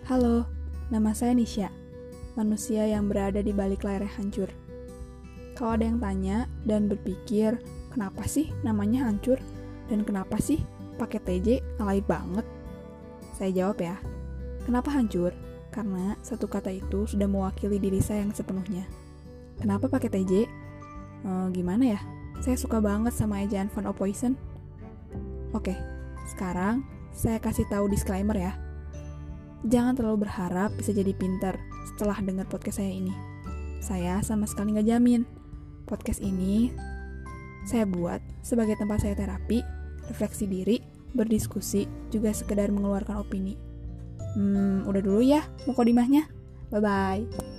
Halo, nama saya Nisha, manusia yang berada di balik layar yang hancur. Kalau ada yang tanya dan berpikir, kenapa sih namanya hancur? Dan kenapa sih pakai TJ alay banget? Saya jawab ya, kenapa hancur? Karena satu kata itu sudah mewakili diri saya yang sepenuhnya. Kenapa pakai TJ? Gimana ya? Saya suka banget sama ejaan Fun of Poison. Oke, sekarang saya kasih tahu disclaimer ya. Jangan terlalu berharap bisa jadi pinter setelah dengar podcast saya ini. Saya sama sekali nggak jamin. Podcast ini saya buat sebagai tempat saya terapi, refleksi diri, berdiskusi, juga sekedar mengeluarkan opini. Udah dulu ya mukadimahnya. Bye-bye.